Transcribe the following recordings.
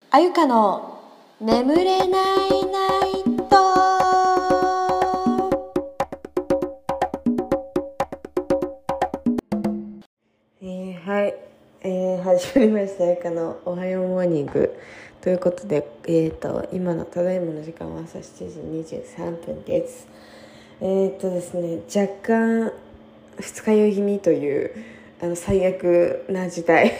あゆかの眠れないナイト。はい、始まりました。あゆかのおはようモーニングということで、今のただいまの時間は朝7時23分です。ですね、若干二日酔い気味という最悪な事態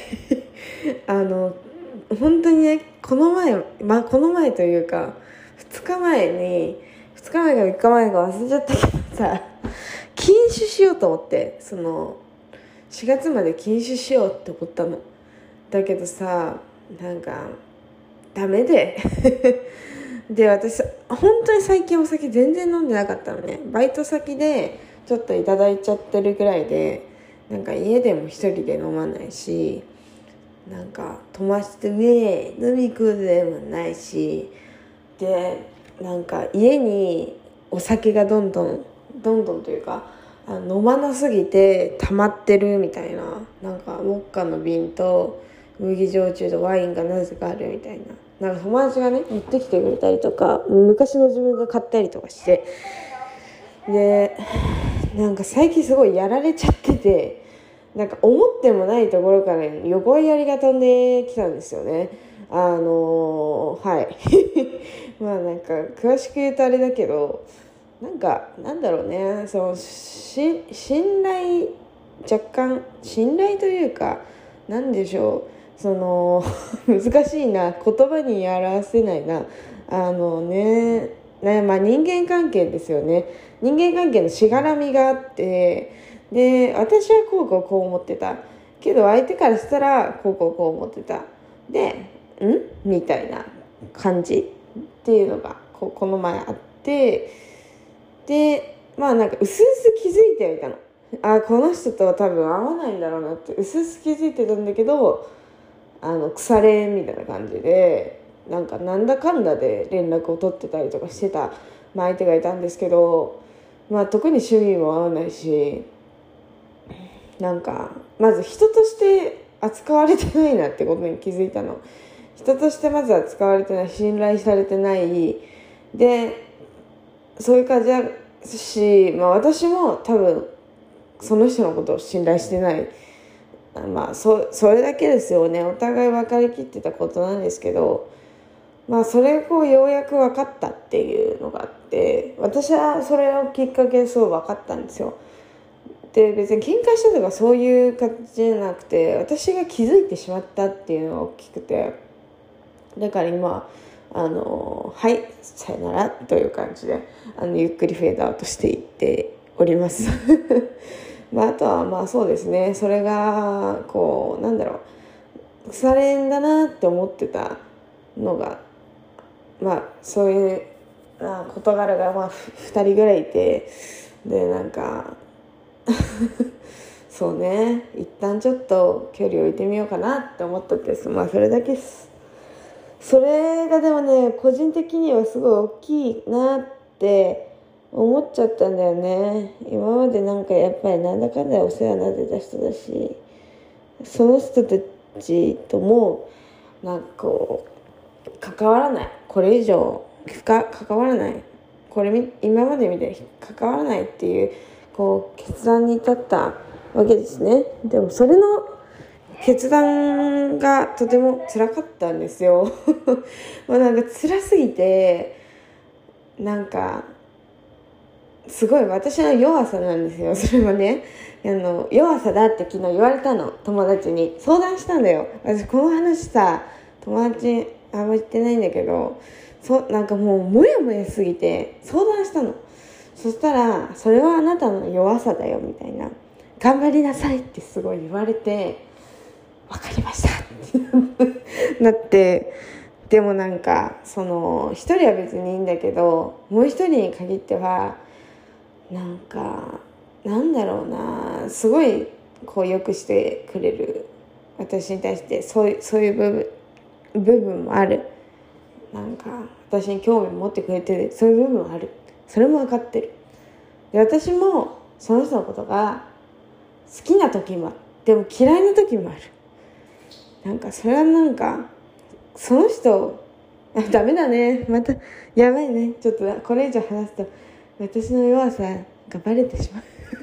本当にね、この前というか2日前か3日前か忘れちゃったけどさ、禁酒しようと思って、4月まで禁酒しようって思ったの。だけどさ、なんかダメでで、私本当に最近お酒全然飲んでなかったのね。バイト先でちょっといただいちゃってるぐらいで、なんか家でも一人で飲まないし、なんか友達とね飲み行くでもないし、でなんか家にお酒がどんどんというか飲まなすぎて溜まってるみたいな、なんかウォッカの瓶と麦焼酎とワインがなぜかあるみたいな、なんか友達がね持ってきてくれたりとか、昔の自分が買ったりとかして、でなんか最近すごいやられちゃってて、なんか思ってもないところから横やりが飛んできたんですよね。はいまあなんか詳しく言うとあれだけど、なんだろうね、信頼、若干信頼というか、なんでしょう、難しいな、言葉に表せないな。まあ人間関係ですよね。人間関係のしがらみがあって、で私はこう思ってたけど、相手からしたらこう思ってたで、みたいな感じっていうのがこの前あって、でまあなんか薄々気づいてはいたの。この人とは多分合わないんだろうなって薄々気づいてたんだけど、腐れみたいな感じで、なんだかんだで連絡を取ってたりとかしてた、相手がいたんですけど、特に趣味も合わないし、なんかまず人として扱われてないなってことに気づいたの。人としてまず扱われてない、信頼されてないで、そういう感じだし、私も多分その人のことを信頼してない。それだけですよね。お互い分かりきってたことなんですけど、それをようやく分かったっていうのがあって、私はそれをきっかけですごい分かったんですよ。で別に喧嘩したとかそういう感じじゃなくて、私が気づいてしまったっていうのが大きくて、だから今はいさよならという感じでゆっくりフェードアウトしていっておりますあとはそうですね、それが腐れんだなって思ってたのが、そういう事柄が2人ぐらいいて、でそうね、一旦ちょっと距離を置いてみようかなって思ったんです。それだけです。それがでもね、個人的にはすごい大きいなって思っちゃったんだよね。今までやっぱりなんだかんだお世話になってた人だし、その人たちとも関わらない、これ以上関わらない、今までみたいに関わらないっていう決断に至ったわけですね。でもそれの決断がとても辛かったんですよ辛すぎて、すごい私の弱さなんですよ。それもね、弱さだって昨日言われたの。友達に相談したんだよ。私この話さ、友達あんま言ってないんだけど、もうモヤモヤすぎて相談したの。そしたら、それはあなたの弱さだよみたいな、頑張りなさいってすごい言われて、わかりましたってなって、でも一人は別にいいんだけど、もう一人に限ってはなんだろうな、すごいよくしてくれる、私に対してそういう部分もある。私に興味持ってくれてる、そういう部分もある。それも分かってる。で私もその人のことが好きな時もある。でも嫌いな時もある。それはその人ダメだね、またやばいね、ちょっとこれ以上話すと私の弱さがバレてしまう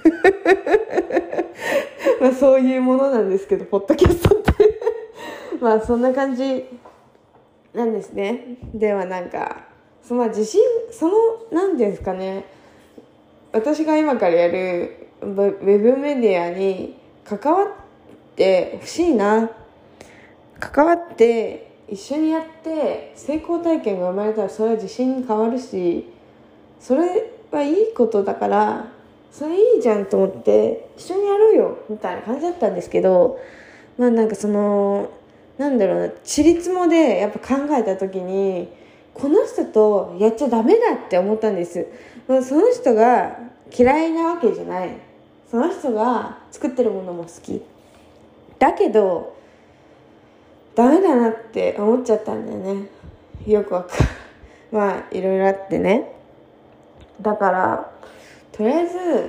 まあそういうものなんですけど、ポッドキャストってまあそんな感じなんですね。ではなんか自信、なんですかね、私が今からやるウェブメディアに関わってほしいな。関わって一緒にやって成功体験が生まれたら、それは自信に変わるし、それはいいことだから、それいいじゃんと思って一緒にやろうよみたいな感じだったんですけど、まあなんかなんだろうな、ちりつもでやっぱ考えた時に、この人とやっちゃダメだって思ったんです。まあ、その人が嫌いなわけじゃない、その人が作ってるものも好きだけどダメだなって思っちゃったんだよね。よくわかるまあいろいろあってね。だからとりあえず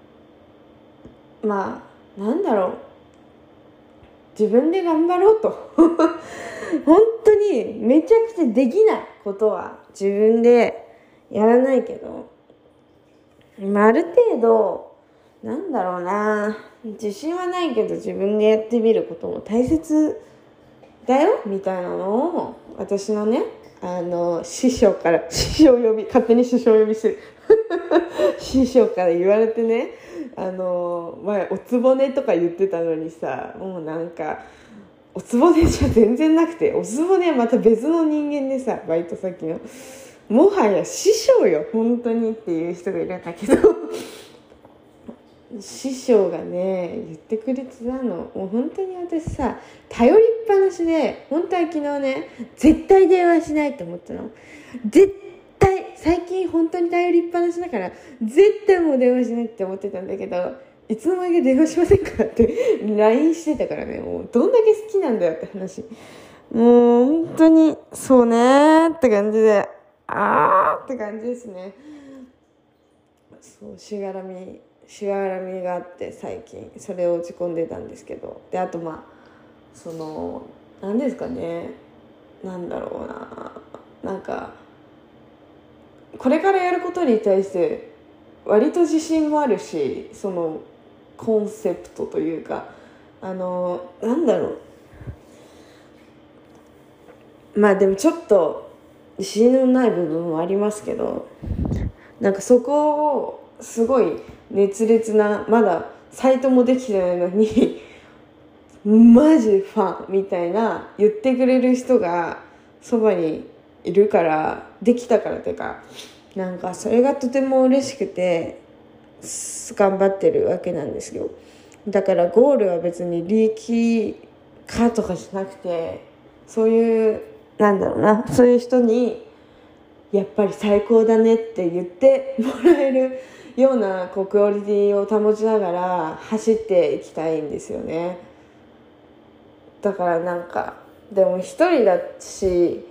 まあなんだろう、自分で頑張ろうと本当にめちゃくちゃできないことは自分でやらないけど、ある程度なんだろうな、自信はないけど自分でやってみることも大切だよみたいなのを、私のね師匠から勝手に師匠呼びしてる師匠から言われてね、前おつぼねとか言ってたのにさ、もうなんかおつぼねじゃ全然なくて、おつぼねはまた別の人間でさ、バイト先のもはや師匠よ本当にっていう人がいるんだけど師匠がね言ってくれてたの。もう本当に私さ、頼りっぱなしで、本当は昨日ね絶対電話しないと思ったの。絶対最近本当に頼りっぱなしだから絶対もう電話しないって思ってたんだけど、いつの間にか電話しませんかって LINE してたからね、もうどんだけ好きなんだよって話。もう本当にそうねーって感じで、あーって感じですね。そうしがらみがあって、最近それを落ち込んでたんですけど、であと何ですかね、なんだろうな、なんかこれからやることに対して割と自信もあるし、そのコンセプトというか、なんだろう、まあでもちょっと自信のない部分もありますけど、なんかそこをすごい熱烈な、まだサイトもできてないのにマジファンみたいな言ってくれる人がそばにいるから、できたからてか、なんかそれがとても嬉しくて頑張ってるわけなんですよ。だからゴールは別に利益化とかしなくて、そういうなんだろうな、そういう人にやっぱり最高だねって言ってもらえるようなクオリティを保ちながら走っていきたいんですよね。だからなんかでも一人だし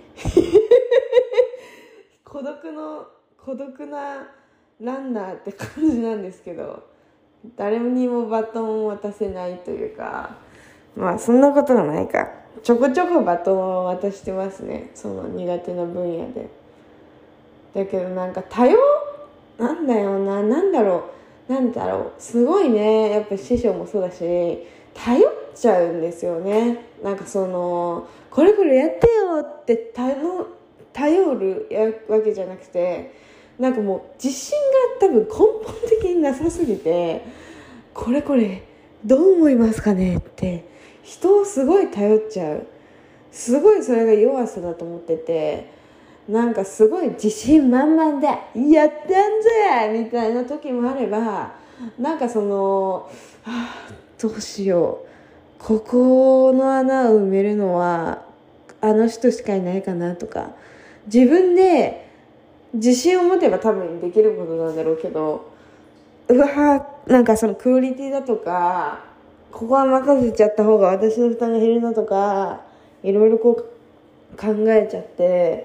孤独なランナーって感じなんですけど、誰にもバトンを渡せないというか、まあそんなことはないか、ちょこちょこバトンを渡してますね、その苦手な分野で。だけどなんかなんだろう、すごいね、やっぱ師匠もそうだし頼っちゃうんですよね。なんかこれやってよって頼るわけじゃなくて、なんかもう自信が多分根本的になさすぎて、これどう思いますかねって人をすごい頼っちゃう。すごいそれが弱さだと思ってて、なんかすごい自信満々でやったんぜみたいな時もあれば、なんかどうしよう、ここの穴を埋めるのはあの人しかいないかなとか、自分で自信を持てば多分できることなんだろうけど、なんかクオリティだとか、ここは任せちゃった方が私の負担が減るなとか、いろいろ考えちゃって、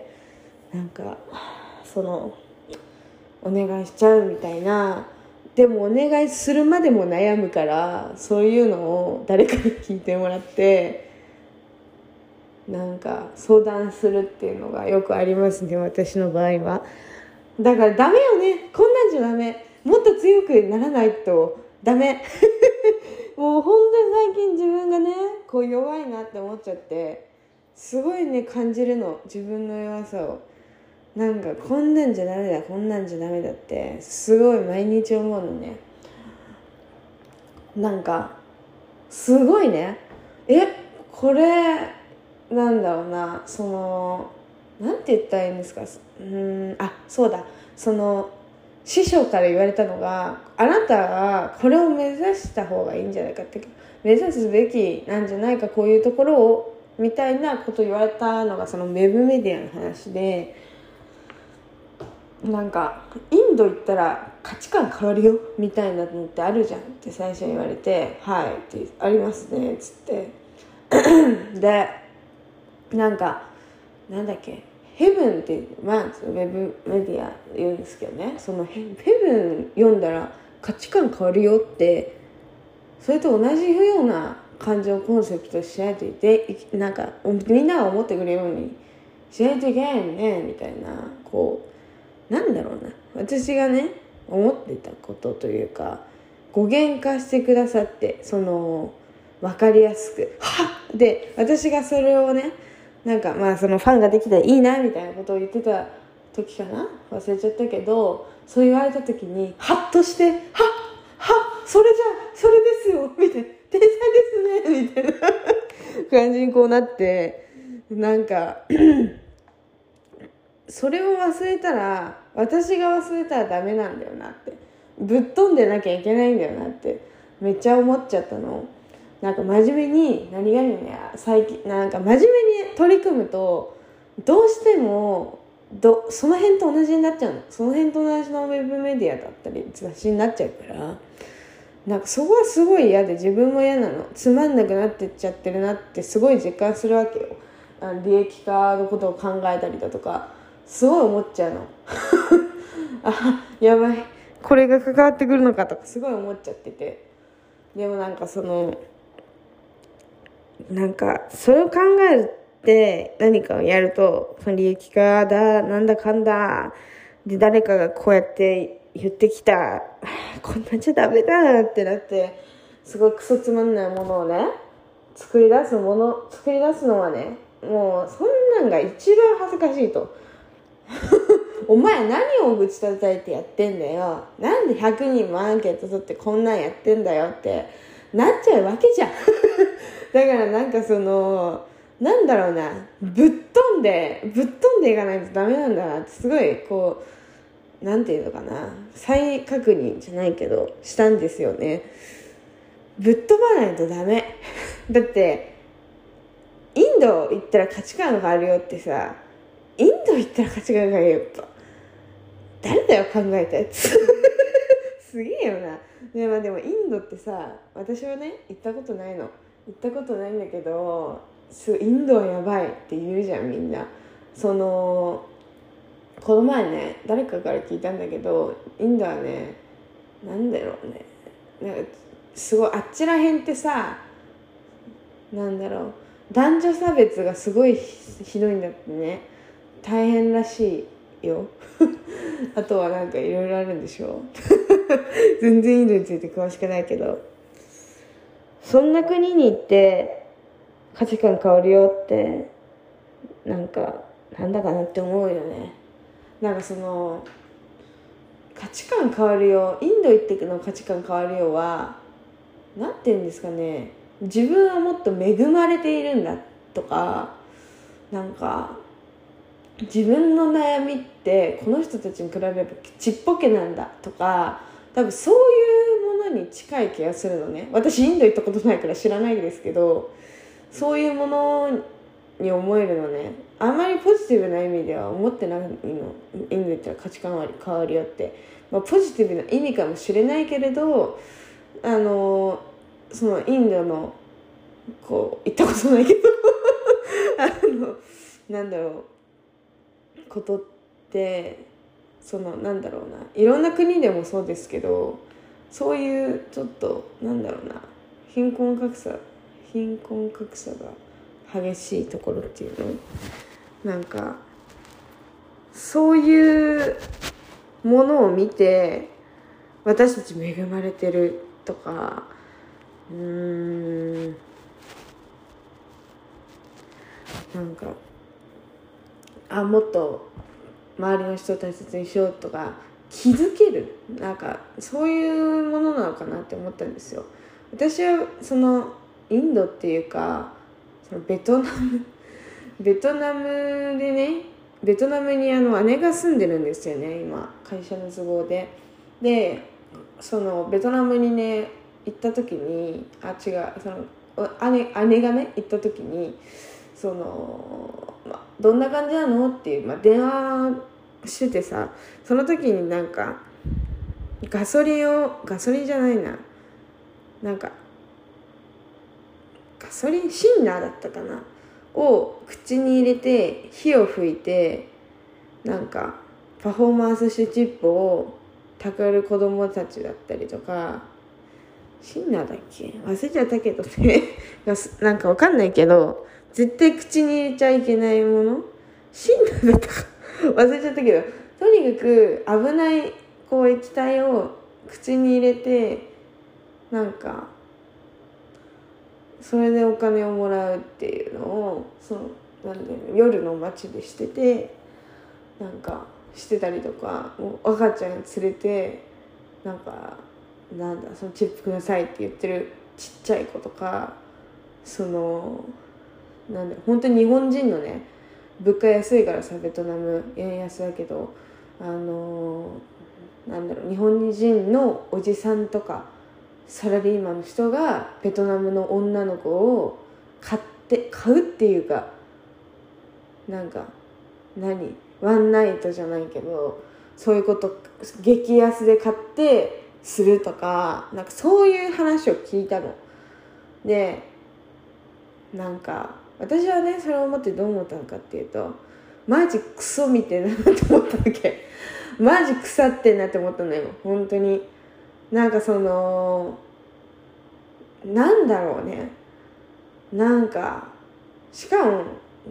なんかお願いしちゃうみたいな。でもお願いするまでも悩むから、そういうのを誰かに聞いてもらって、 なんか相談するっていうのがよくありますね、私の場合は。だからダメよね、こんなんじゃダメ、もっと強くならないとダメもう本当に最近自分がねこう弱いなって思っちゃって、すごいね感じるの、自分の弱さを。なんかこんなんじゃダメだ、こんなんじゃダメだってすごい毎日思うのね。なんかすごいね、これなんだろうな、なんて言ったらいいんですか。そうだ、師匠から言われたのが、あなたはこれを目指した方がいいんじゃないかって、目指すべきなんじゃないか、こういうところをみたいなことを言われたのがそのウェブメディアの話で、なんかインド行ったら価値観変わるよみたいなのってあるじゃんって最初に言われて、はいってありますねっつってでなんかなんだっけ、ヘブンって、ウェブメディア言うんですけどね、そのヘブン読んだら価値観変わるよって、それと同じような感じをコンセプトしないといて、なんかみんなが思ってくれるようにしないといけないねみたいな、なんだろうな、私がね思ってたことというか語源化してくださって、分かりやすくで、私がそれをねなんかそのファンができたらいいなみたいなことを言ってた時かな、忘れちゃったけど、そう言われた時にハッとして、それですよみたいな、天才ですねみたいな感じになって、なんかそれを忘れたら、私が忘れたらダメなんだよなって、ぶっ飛んでなきゃいけないんだよなってめっちゃ思っちゃったの。なんか真面目に最近なんか真面目に取り組むと、どうしてもその辺と同じになっちゃうの。その辺と同じのウェブメディアだったり雑誌になっちゃうから、なんかそこはすごい嫌で、自分も嫌なの。つまんなくなってっちゃってるなってすごい実感するわけよ。利益化のことを考えたりだとかすごい思っちゃうのやばい、これが関わってくるのかとかすごい思っちゃってて、でもなんかそれを考えて何かをやると、その利益化だなんだかんだで、誰かがこうやって言ってきた、こんなんじゃダメだってなって、すごいクソつまんないものをね作り出すのはね、もうそんなんが一番恥ずかしいとお前何をぶち叩いてやってんだよ、なんで100人もアンケート取ってこんなんやってんだよってなっちゃうわけじゃんだからなんかなんだろうな、ぶっ飛んでいかないとダメなんだなって、すごいなんていうのかな、再確認じゃないけどしたんですよね。ぶっ飛ばないとダメだってインド行ったら価値観があるよってさ、インド行ったら価値観があるよって誰だよ考えたやつすげえよな。でもインドってさ、私はね行ったことないんだけど、インドはやばいって言うじゃんみんな。この前ね誰かから聞いたんだけど、インドはね、なんだろうね、なんかすごいあっちらへんってさ、なんだろう、男女差別がすごいひどいんだってね、大変らしいよあとはなんかいろいろあるんでしょ全然インドについて詳しくないけど、そんな国に行って価値観変わるよってなんだかなって思うよね。なんか価値観変わるよ、インド行っての価値観変わるよはなんて言うんですかね、自分はもっと恵まれているんだとか、なんか自分の悩みってこの人たちに比べればちっぽけなんだとか、多分そういうものに近い気がするのね。私インド行ったことないから知らないですけど、そういうものに思えるのね。あんまりポジティブな意味では思ってないの。インド行ったら価値観変わるよって、ポジティブな意味かもしれないけれど、そのインドの行ったことないけどなんだろう、ことってなんだろうな、いろんな国でもそうですけど、そういうちょっとなんだろうな、貧困格差が激しいところっていうの、なんかそういうものを見て私たち恵まれてるとか、なんかもっと周りの人を大切にしようとか気づける、なんかそういうものなのかなって思ったんですよ。私はそのインドっていうかそのベトナムでね、ベトナムに姉が住んでるんですよね、今会社の都合で。でそのベトナムにね行った時にその姉がね行った時にその、どんな感じなのっていう、電話しててさ、その時になんかガソリンじゃないな、なんかガソリンシンナーだったかなを口に入れて火を吹いてなんかパフォーマンスしてチップをたかる子供たちだったりとか、シンナーだっけ忘れちゃったけどねなんかわかんないけど絶対口に入れちゃいけないもの、シンナーだったか忘れちゃったけど、とにかく危ない液体を口に入れてなんかそれでお金をもらうっていうのを夜の街でしてて、なんかしてたりとか、もう赤ちゃん連れてなんそのチップくださいって言ってるちっちゃい子とか、本当に日本人のね物価安いからさ、ベトナム円安だけど日本人のおじさんとかサラリーマンの人がベトナムの女の子を買うっていうか、なんかワンナイトじゃないけどそういうこと激安で買ってするとか、なんかそういう話を聞いたので、なんか私はねそれを思ってどう思ったのかっていうと、マジクソみたいなって思ったわけマジ腐ってんなって思ったのよ本当に。なんかなんだろうね、なんかしかも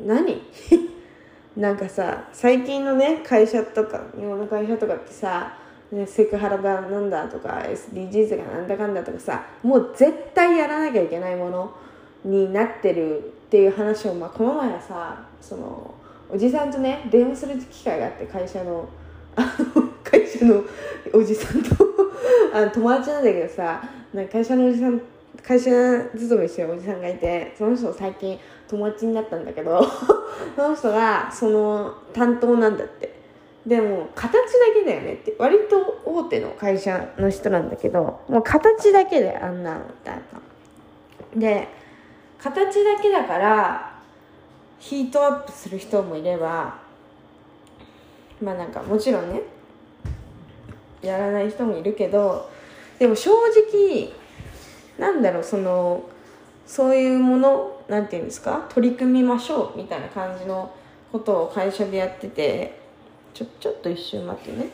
なんかさ、最近のね会社とか日本の会社とかってさ、セクハラだなんだとか SDGs がなんだかんだとかさ、もう絶対やらなきゃいけないものになってるっていう話を、この前さおじさんとね電話する機会があって、会社のおじさんと友達なんだけどさ、なんか会社勤めしてるおじさんがいて、その人最近友達になったんだけどその人がその担当なんだって。でも形だけだよねって、割と大手の会社の人なんだけど、もう形だけであんなのみたいな。で形だけだからヒートアップする人もいれば、なんかもちろんねやらない人もいるけど、でも正直そういうものなんていうんですか、取り組みましょうみたいな感じのことを会社でやってて、ちょっと一瞬待ってね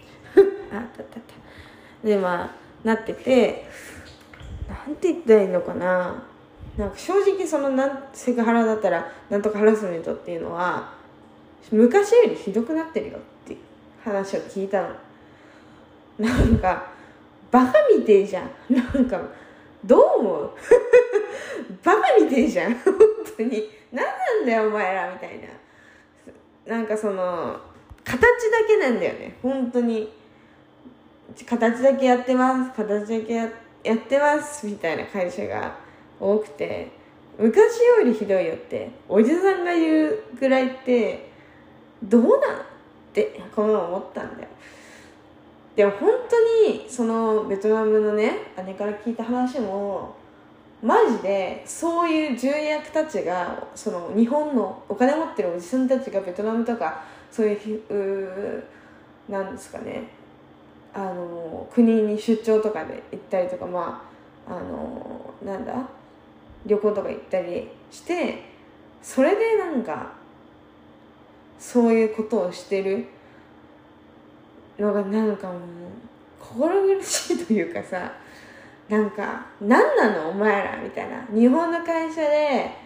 でなってて、なんて言ったらいいのかな、なんか正直セクハラだったらなんとかハラスメントっていうのは昔よりひどくなってるよっていう話を聞いたの。なんかバカみてえじゃん、なんかどう思うバカみてえじゃん本当に。何なんだよお前らみたいな。なんか形だけなんだよね本当に。形だけやってますみたいな会社が多くて、昔よりひどいよっておじさんが言うぐらいってどうなんってこの思ったんだよ。でも本当にそのベトナムのね姉から聞いた話もマジでそういう重役たちが、日本のお金持ってるおじさんたちがベトナムとかそういうなんですかね、国に出張とかで行ったりとか、旅行とか行ったりして、それでなんかそういうことをしてるのがなんかもう心苦しいというかさ、なんか何なのお前らみたいな。日本の会社で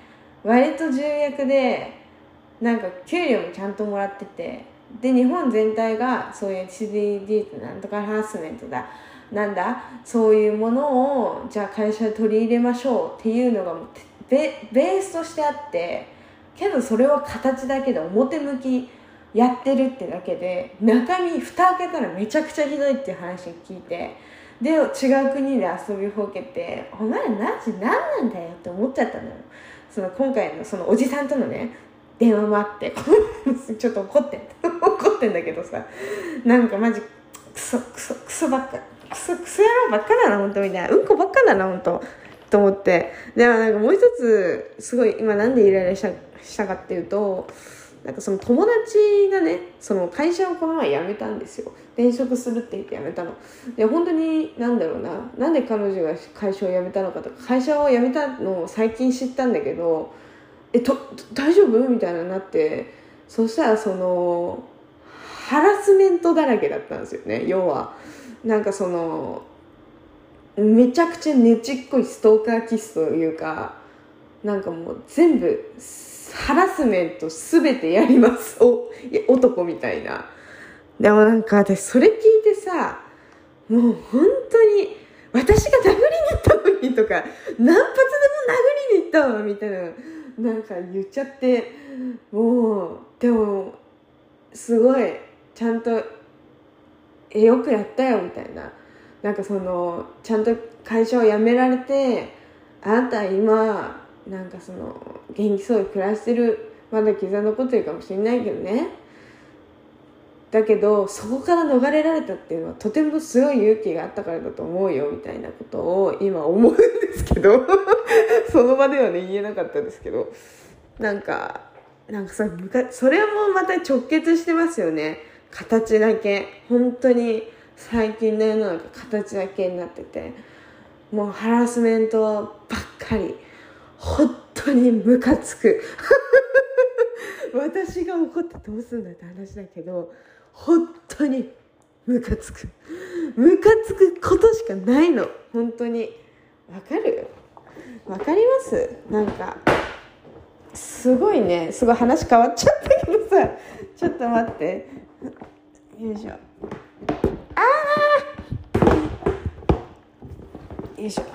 割と重役でなんか給料もちゃんともらってて、で日本全体がそういう SDGs なんとかハラスメントだなんだそういうものをじゃあ会社で取り入れましょうっていうのがベースとしてあって、けどそれは形だけで表向きやってるってだけで中身蓋開けたらめちゃくちゃひどいっていう話を聞いて、で違う国で遊びほうけてお前マジ何なんだよって思っちゃったのよ。その今回のそのおじさんとのね電話もあってちょっと怒ってんだけどさ、なんかマジクソばっかクソ野郎ばっかだな本当みたいな、うんこばっかだな本当と思って。でもなんかもう一つすごい今なんでイライラしたかっていうと、なんかその友達がねその会社をこの前辞めたんですよ。転職するって言って辞めたので、本当になんだろうな、なんで彼女が会社を辞めたのかとか、会社を辞めたのを最近知ったんだけど、大丈夫みたいになって、そしたらそのハラスメントだらけだったんですよね。要はなんかそのめちゃくちゃねちっこいストーカー気質というか、なんかもう全部ハラスメント全てやります男みたいな。でもなんか私それ聞いてさ、もう本当に私が殴りに行ったのにとか何発でも殴りに行ったわみたいななんか言っちゃって、もうでもすごいちゃんとよくやったよみたいな、なんかそのちゃんと会社を辞められて、あなた今なんかその元気そうに暮らしてる、まだ傷残ってるかもしれないけどね、だけどそこから逃れられたっていうのはとてもすごい勇気があったからだと思うよみたいなことを今思うんですけどその場ではね言えなかったんですけど、なんかさそれもまた直結してますよね。形だけ本当に最近の世の中形だけになってて、もうハラスメントばっかり、本当にムカつく私が怒ってどうするんだって話だけど、本当にムカつくことしかないの。本当にわかります。なんかすごいね、すごい話変わっちゃったけどさ、ちょっと待って、よいしょ、よいしょ、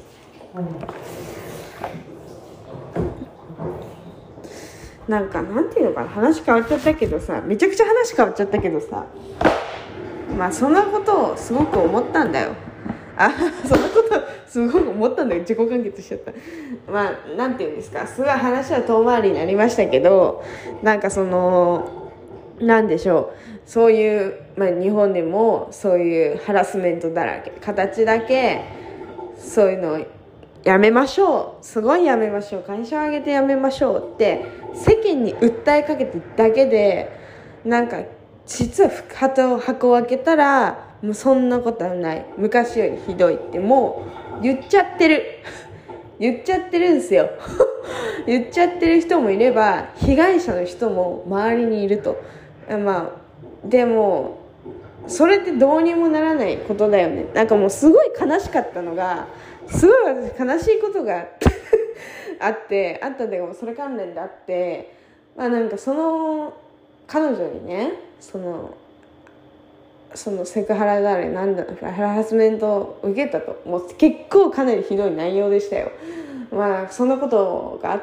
なんていうのかな、話変わっちゃったけどさ、めちゃくちゃ話変わっちゃったけどさ、まあそんなことをすごく思ったんだよ。そんなことすごく思ったんだよ。自己完結しちゃった。まあなんていうんですか、すごい話は遠回りになりましたけど、なんかそのなんでしょう、そういう、日本でもそういうハラスメントだらけ、形だけそういうのをやめましょう、すごいやめましょう、会社を挙げてやめましょうって世間に訴えかけてだけで、なんか実は箱を開けたらもうそんなことはない、昔よりひどいってもう言っちゃってる言っちゃってるんですよ言っちゃってる人もいれば被害者の人も周りにいると。でもそれってどうにもならないことだよね。なんかもうすごい悲しかったのが、すごい私悲しいことがあったでもそれ関連であって、なんかその彼女にね、そのセクハラハラスメントを受けたと、もう結構かなりひどい内容でしたよ。そんなことがあって、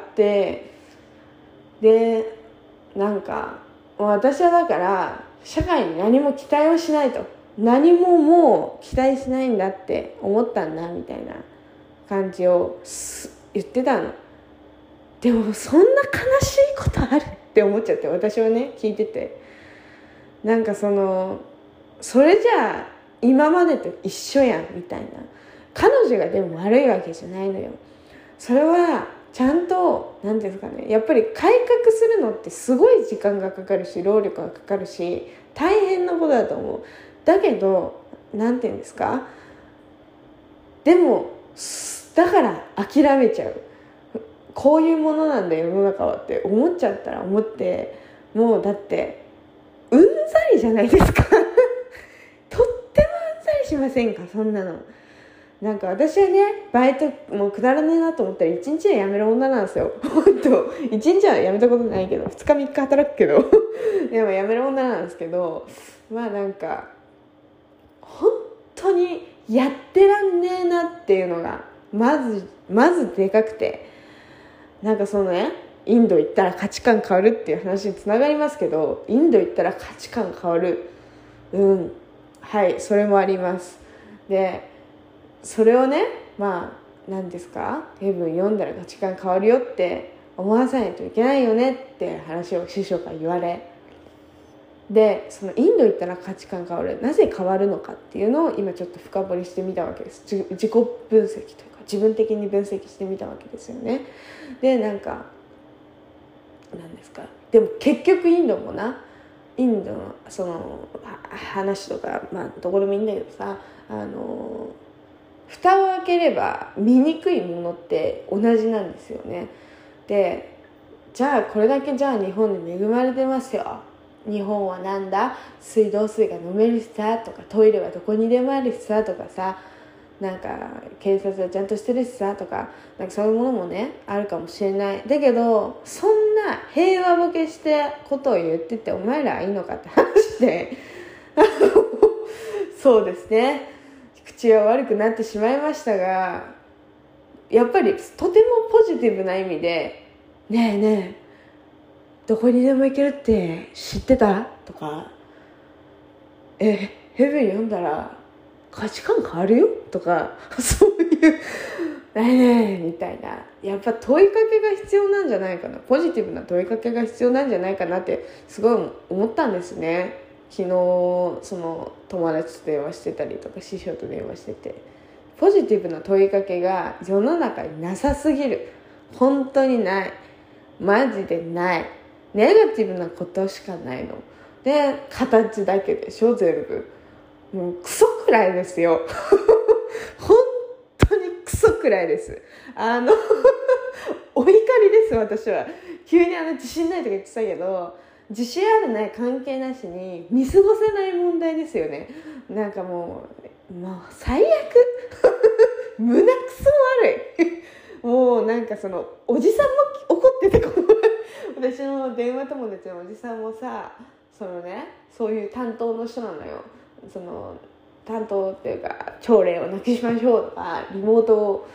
でなんか私はだから社会に何も期待をしないと、何ももう期待しないんだって思ったんだみたいな感じを言ってたの。でもそんな悲しいことあるって思っちゃって、私はね聞いてて、なんかそれじゃあ今までと一緒やんみたいな。彼女がでも悪いわけじゃないのよ。それはちゃんと何ですかね、やっぱり改革するのってすごい時間がかかるし労力がかかるし大変なことだと思う。だけど何て言うんですか、でもだから諦めちゃう、こういうものなんだ世の中はって思っちゃったら思って、もうだってうんざりじゃないですかとってもうんざりしませんか、そんなの。 なんか私はねバイトもうくだらねえなと思ったら1日は辞める女なんですよ本当1日は辞めたことないけど2日3日働くけどでも辞める女なんですけど、まあなんか本当にやってらんねえなっていうのがまずでかくて、なんかそのねインド行ったら価値観変わるっていう話につながりますけど、インド行ったら価値観変わる、はいそれもあります。でそれをねまあ何ですか、英文読んだら価値観変わるよって思わせないといけないよねって話を師匠から言われ、でそのインド行ったら価値観変わる、なぜ変わるのかっていうのを今ちょっと深掘りしてみたわけです。自己分析というか自分的に分析してみたわけですよね。でなんか何ですか、でも結局インドもな、インドのその話とかまあどこでもいいんだけどさ、蓋を開ければ醜いものって同じなんですよね。でじゃあこれだけじゃあ日本で恵まれてますよ、日本はなんだ水道水が飲めるしさとかトイレはどこにでもあるしさとかさ、なんか警察はちゃんとしてるしさとか、なんかそういうものもねあるかもしれない。だけどそんな平和ボケしてことを言っててお前らいいのかって話でそうですね、口が悪くなってしまいましたが、やっぱりとてもポジティブな意味でねえねえどこにでも行けるって知ってたとか、ヘブン読んだら価値観変わるよとかそういうねえねえみたいな、やっぱ問いかけが必要なんじゃないかな、ポジティブな問いかけが必要なんじゃないかなってすごい思ったんですね。昨日その友達と電話してたりとか師匠と電話してて、ポジティブな問いかけが世の中になさすぎる、本当にない、マジでない、ネガティブなことしかないので、形だけでしょ全部、もうクソくらいですよ本当にクソくらいです。お怒りです私は。急に自信ないとか言ってたけど、自信あるない関係なしに見過ごせない問題ですよね。なんかもう最悪胸くそ悪いもうなんかそのおじさんも怒ってて私の電話友達のおじさんもさ、そのねそういう担当の人なのよ。その担当っていうか朝礼をなくしましょうとか、リモート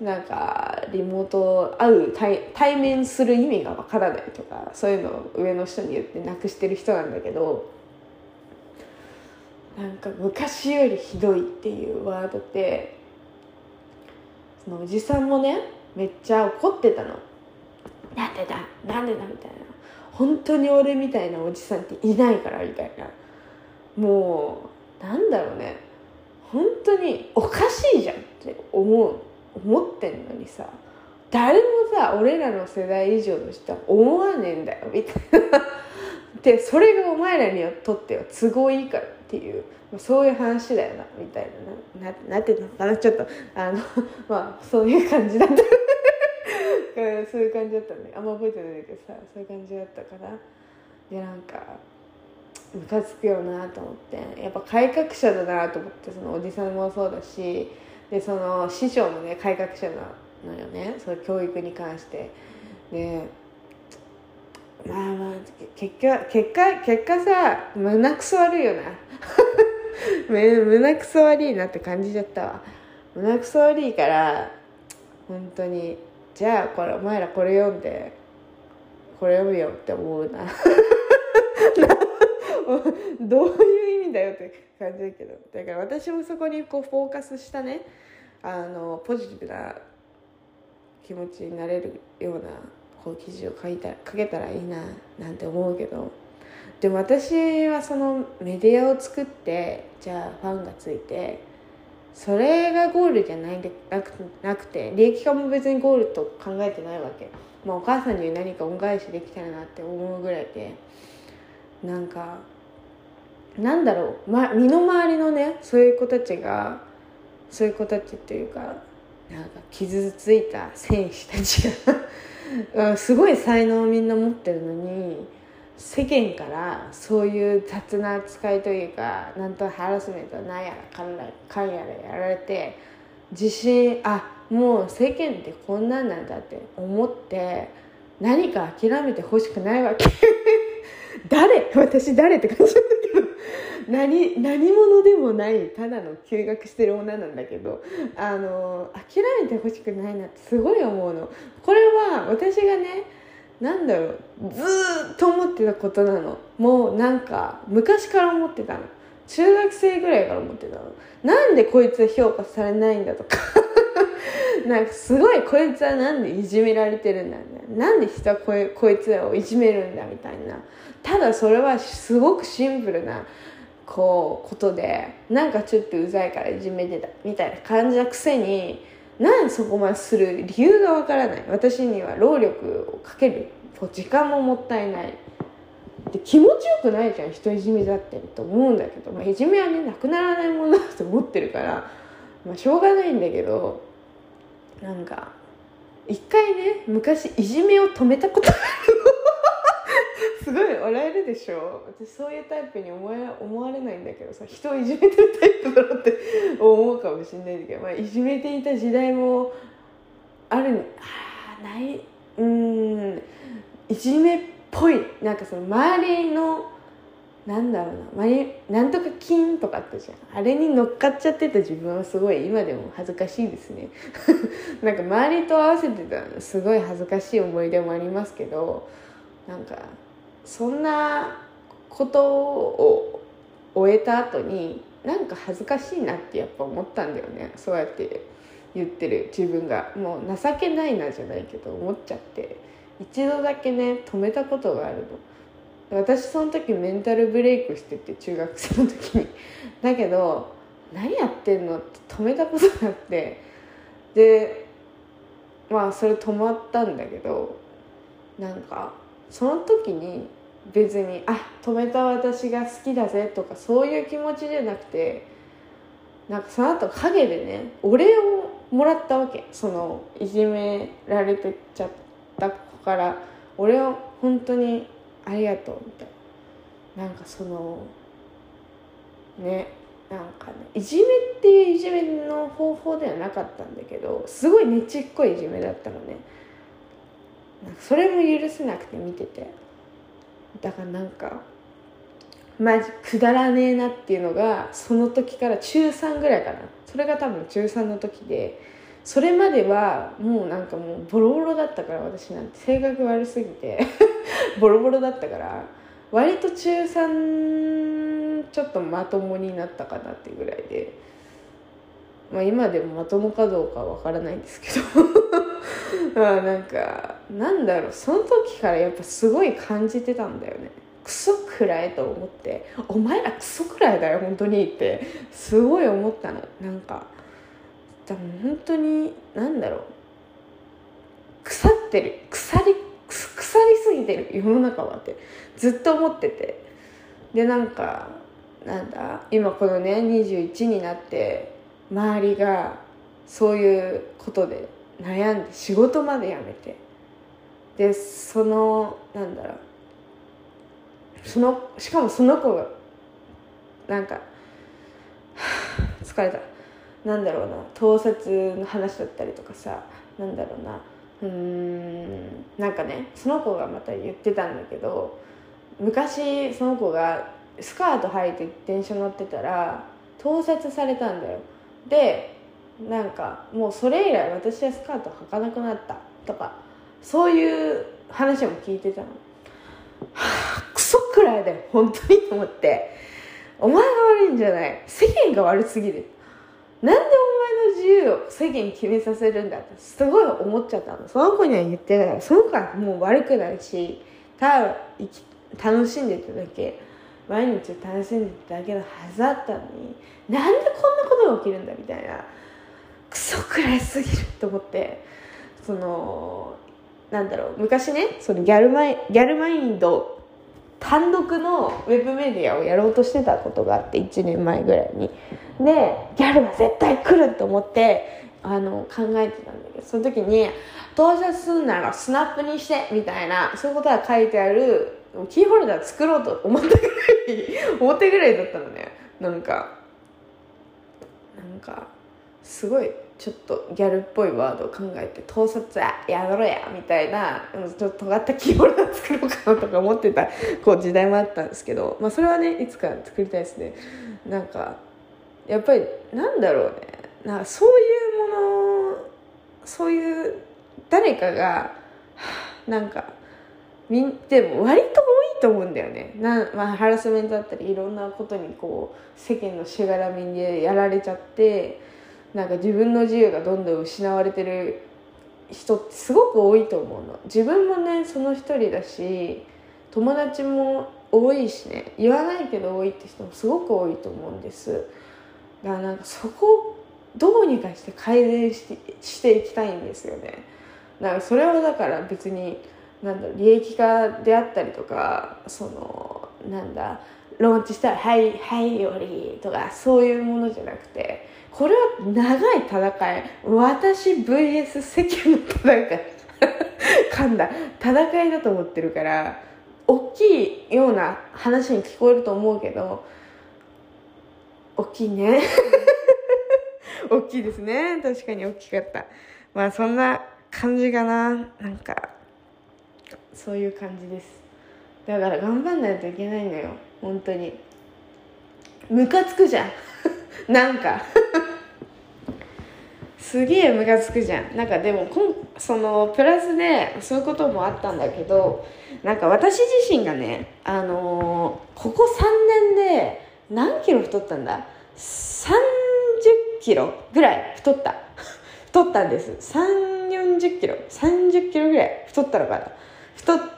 会う対面する意味がわからないとか、そういうのを上の人に言ってなくしてる人なんだけど、なんか昔よりひどいっていうワードで、そのおじさんもねめっちゃ怒ってたの。なんでだみたいな、本当に俺みたいなおじさんっていないからみたいな、もうなんだろうね、本当におかしいじゃんって思ってんのにさ、誰もさ俺らの世代以上の人は思わねえんだよみたいなでそれがお前らにとっては都合いいからっていう、そういう話だよなみたいな、なんていうのかな、ちょっとまあそういう感じだったそういう感じだったね、あんま覚えてないけどさ、そういう感じだったから、でなんかムカつくよなと思って、やっぱ改革者だなと思って、そのおじさんもそうだし、でその師匠もね改革者なのよね、そういう教育に関してで、まあ結果さ胸くそ悪いよな胸くそ悪いなって感じちゃったわ。胸くそ悪いから本当に、じゃあお前らこれ読んでこれ読むよって思うなどういう意味だよって感じだけど、だから私もそこにこうフォーカスしたね、ポジティブな気持ちになれるようなこう記事を書けたらいいななんて思うけど、でも私はそのメディアを作って、じゃあファンがついて、それがゴールじゃないんでなくて、利益化も別にゴールと考えてないわけ。まあお母さんに何か恩返しできたらなって思うぐらいで、なんかなんだろう、身の回りのねそういう子たちっていうか、なんか傷ついた戦士たちがすごい才能をみんな持ってるのに、世間からそういう雑な扱いというか、なんとハラスメントなんやらかんやらやられて、 自信、もう世間ってこんなんなんだって思って何か諦めてほしくないわけ私誰って感じなんだけど何者でもないただの休学してる女なんだけど諦めてほしくないなってすごい思うの。これは私がねずーっと思ってたことなの。もうなんか昔から思ってたの。中学生ぐらいから思ってたの。なんでこいつは評価されないんだとかなんかすごいこいつはなんでいじめられてるんだみたいな、なんで人はこいつらをいじめるんだみたいな。ただそれはすごくシンプルなことで、なんかちょっとうざいからいじめてたみたいな感じなくせに、なんでそこまでする理由がわからない。私には労力をかける時間ももったいない。で気持ちよくないじゃん、人いじめだってと思うんだけど、いじめはねなくならないものだと思ってるから、しょうがないんだけど、なんか一回ね昔いじめを止めたことがあるすごい笑えるでしょ。私そういうタイプに思われないんだけどさ、人をいじめてるタイプだろうって思うかもしれないんだけど、いじめていた時代もあるいじめっぽい、なんかその周りのなんとか金とかあったじゃん。あれに乗っかっちゃってた自分はすごい今でも恥ずかしいですねなんか周りと合わせてたのすごい恥ずかしい思い出もありますけど、なんかそんなことを終えた後になんか恥ずかしいなってやっぱ思ったんだよね。そうやって言ってる自分がもう情けないなじゃないけど思っちゃって、一度だけね止めたことがあるの。私その時メンタルブレイクしてて、中学生の時にだけど何やってんのって止めたことがあって、でそれ止まったんだけど、なんかその時に別に止めた私が好きだぜとかそういう気持ちじゃなくて、なんかその後陰でねお礼をもらったわけ。そのいじめられてちゃった子から俺は本当にありがとうみたいな。なんかそのね、なんかねいじめっていういじめの方法ではなかったんだけど、すごいねちっこいいじめだったのね。なんかそれも許せなくて見てて、だからなんかマジくだらねえなっていうのがその時から中3ぐらいかな。それが多分中3の時で、それまではもうなんかもうボロボロだったから、私なんて性格悪すぎてボロボロだったから、割と中3ちょっとまともになったかなっていうぐらいで、今でもまともかどうかは分からないんですけどなんかその時からやっぱすごい感じてたんだよね。クソくらえと思って、お前らクソくらいだよ本当にってすごい思ったの。なんか多分本当に腐ってる、腐りすぎてる世の中はってずっと思ってて、で今このね21になって周りがそういうことで悩んで仕事まで辞めて、でしかもその子が疲れた、盗撮の話だったりとかさ、その子がまた言ってたんだけど、昔その子がスカート履いて電車乗ってたら盗撮されたんだよ。でもうそれ以来私はスカート履かなくなったとか、そういう話も聞いてたの。クソくらいだよ本当にと思って、お前が悪いんじゃない、世間が悪すぎる、なんでお前の自由を世間に決めさせるんだってすごい思っちゃったの。その子には言ってない。その子はもう悪くないし、ただ楽しんでただけ、毎日楽しんでただけのはずだったのに、なんでこんなことが起きるんだみたいな、クソくらいすぎると思って、昔ねそのギャルマインド単独のウェブメディアをやろうとしてたことがあって、1年前ぐらいに。でギャルは絶対来ると思って考えてたんだけど、その時に盗撮すんならスナップにしてみたいな、そういうことが書いてあるキーホルダー作ろうと思ったぐらいだったのね。 すごいちょっとギャルっぽいワードを考えて、盗撮やめろやみたいな、ちょっと尖ったキーボード作ろうかなとか思ってたこう時代もあったんですけど、それはねいつか作りたいですね。なんかやっぱりなんだろうね、なんかそういうもの、そういう誰かがなんかでも割と多いと思うんだよね。ハラスメントだったりいろんなことにこう世間のしがらみでやられちゃって、なんか自分の自由がどんどん失われてる人ってすごく多いと思うの。自分もねその一人だし、友達も多いしね、言わないけど多いって人もすごく多いと思うんです。だからなんかそこをどうにかして改善していきたいんですよね。だからそれはだから別に利益化であったりとか、ローンチしたらはいはいよりとかそういうものじゃなくて、これは長い戦い、私 vs 世間の戦い噛んだ戦いだと思ってるから、大きいような話に聞こえると思うけど、大きいね大きいですね。確かに大きかった。そんな感じかな。なんかそういう感じです。だから頑張んないといけないのよ、本当に。ムカつくじゃんなんかすげえムカつくじゃん。なんかでもプラスでそういうこともあったんだけど、なんか私自身がね、ここ3年で何キロ太ったんだ、30キロぐらい太ったんです。40キロ30キロぐらい太ったのかな。太って、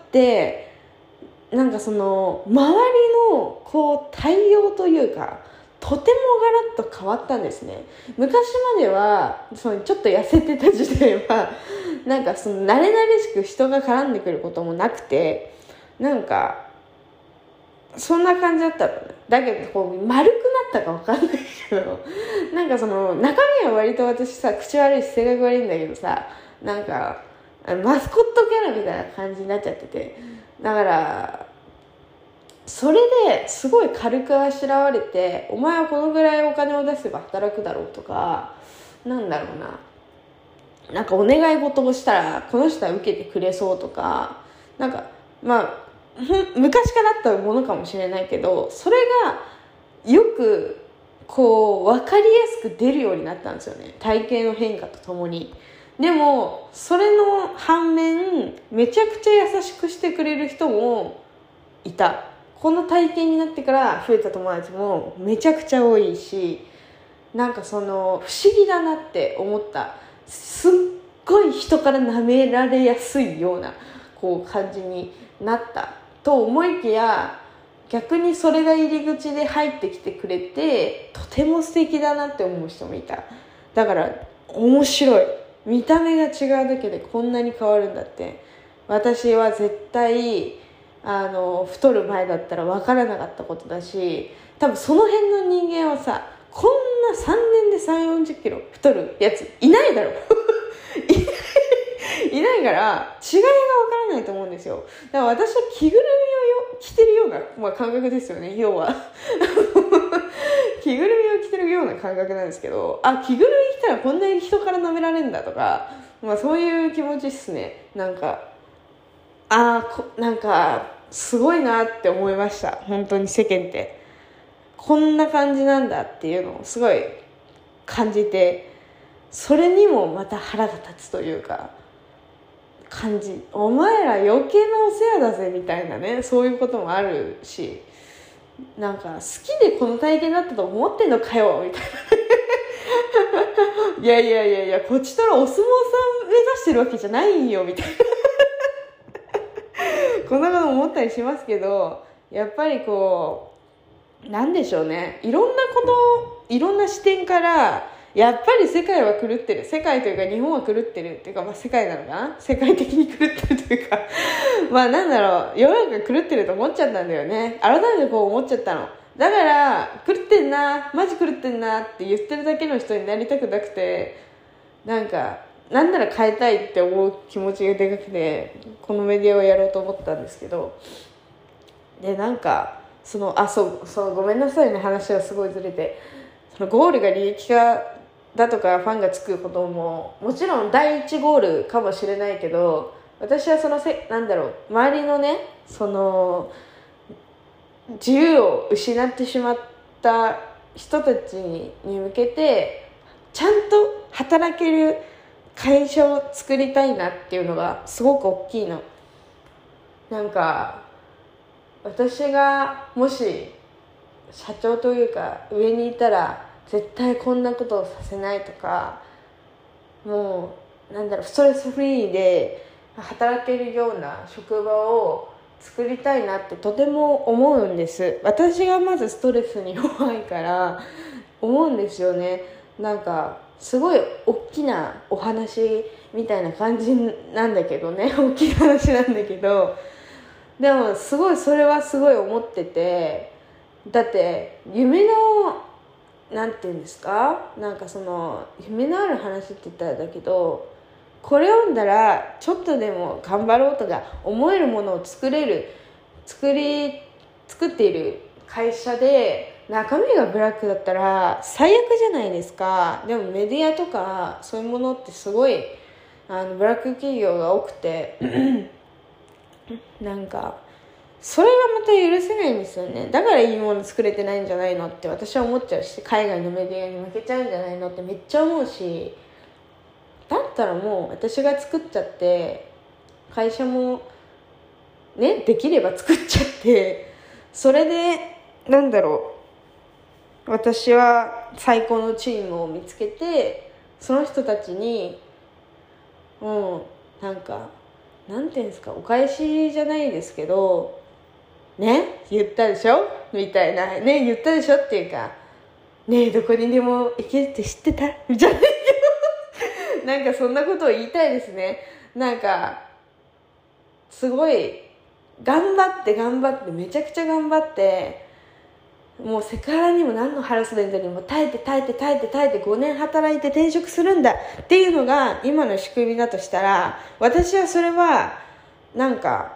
なんか周りのこう対応というか、とてもガラッと変わったんですね。昔まではちょっと痩せてた時代はなんか慣れ慣れしく人が絡んでくることもなくて、なんかそんな感じだったのね。だけどこう丸くなったか分かんないけど、なんか中身は割と私さ、口悪いし性格悪いんだけどさ、なんかマスコットキャラみたいな感じになっちゃってて、だからそれですごい軽くあしらわれて、お前はこのぐらいお金を出せば働くだろうとか、なんかお願い事をしたらこの人は受けてくれそうとか、なんか昔からあったものかもしれないけど、それがよくこう分かりやすく出るようになったんですよね、体型の変化とともに。でもそれの反面、めちゃくちゃ優しくしてくれる人もいた。この体験になってから増えた友達もめちゃくちゃ多いし、なんか不思議だなって思った。すっごい人から舐められやすいようなこう感じになったと思いきや、逆にそれが入り口で入ってきてくれて、とても素敵だなって思う人もいた。だから面白い。見た目が違うだけでこんなに変わるんだって。私は絶対太る前だったら分からなかったことだし、多分その辺の人間はさ、こんな3年で3、40キロ太るやついないだろいないから違いが分からないと思うんですよ。だから私は着ぐるみを着てるような、感覚ですよね、要は着ぐるみを着てるような感覚なんですけど、着ぐるみ着たらこんなに人から舐められるんだとか、そういう気持ちっすね。なんかすごいなって思いました。本当に世間ってこんな感じなんだっていうのをすごい感じて、それにもまた腹が立つというか、お前ら余計なお世話だぜみたいなね、そういうこともあるし、なんか好きでこの体験だったと思ってんのかよみたいないやこっちとらお相撲さん目指してるわけじゃないよみたいなこんなこと思ったりしますけど、やっぱりこうなんでしょうね、いろんな視点からやっぱり世界は狂ってる、世界というか日本は狂ってるっていうか、世界なのかな、世界的に狂ってるというか世の中狂ってると思っちゃったんだよね。改めてこう思っちゃったの。だから狂ってんな、マジ狂ってんなって言ってるだけの人になりたくなくて、なんなら変えたいって思う気持ちがでかくて、このメディアをやろうと思ったんですけど、でそうごめんなさいね、話はすごいずれて、ゴールが利益化だとかファンがつくことももちろん第一ゴールかもしれないけど、私はその周りのね、その自由を失ってしまった人たちに向けてちゃんと働ける会社を作りたいなっていうのがすごく大きいの。なんか私がもし社長というか上にいたら絶対こんなことをさせないとか、もうストレスフリーで働けるような職場を作りたいなってとても思うんです。私がまずストレスに弱いから思うんですよね。なんかすごい大きなお話みたいな感じなんだけどね、大きな話なんだけど、でもすごいそれはすごい思ってて、だって夢のなんていうんですか、なんかその夢のある話って言ったらだけど、これ読んだらちょっとでも頑張ろうとか思えるものを作っている会社で中身がブラックだったら最悪じゃないですか。でもメディアとかそういうものってすごいブラック企業が多くてなんかそれがまた許せないんですよね。だからいいもの作れてないんじゃないのって私は思っちゃうし、海外のメディアに負けちゃうんじゃないのってめっちゃ思うし、だったらもう私が作っちゃって、会社もねできれば作っちゃって、それで私は最高のチームを見つけて、その人たちになんていうんですか、お返しじゃないですけどね、言ったでしょみたいなね、言ったでしょっていうか、ね、どこにでも行けるって知ってたじゃないけどそんなことを言いたいですね。すごい頑張ってめちゃくちゃ頑張って、もうセクハラにも何のハラスメントにも耐えて5年働いて転職するんだっていうのが今の仕組みだとしたら、私はそれはなんか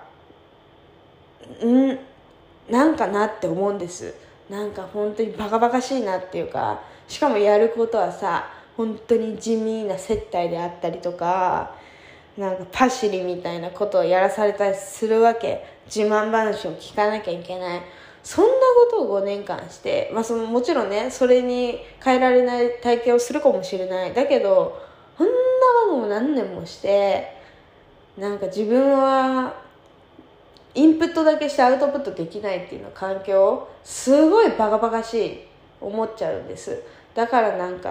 なって思うんです。本当にバカバカしいなっていうか、しかもやることはさ本当に地味な接待であったりとか、パシリみたいなことをやらされたりするわけ。自慢話を聞かなきゃいけない。そんなことを5年間して、もちろんねそれに変えられない体験をするかもしれない。だけどそんなことも何年もして、自分はインプットだけしてアウトプットできないっていうの環境、すごいバカバカしい思っちゃうんです。だから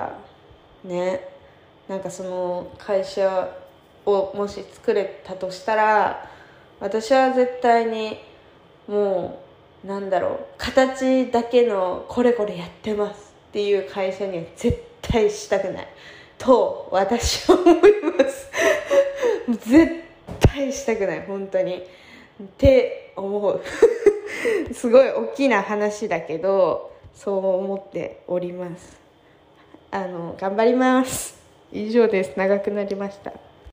その会社をもし作れたとしたら、私は絶対にもう形だけのこれこれやってますっていう会社には絶対したくないと私は思います絶対したくない、本当にって思うすごい大きな話だけどそう思っております。頑張ります。以上です。長くなりました。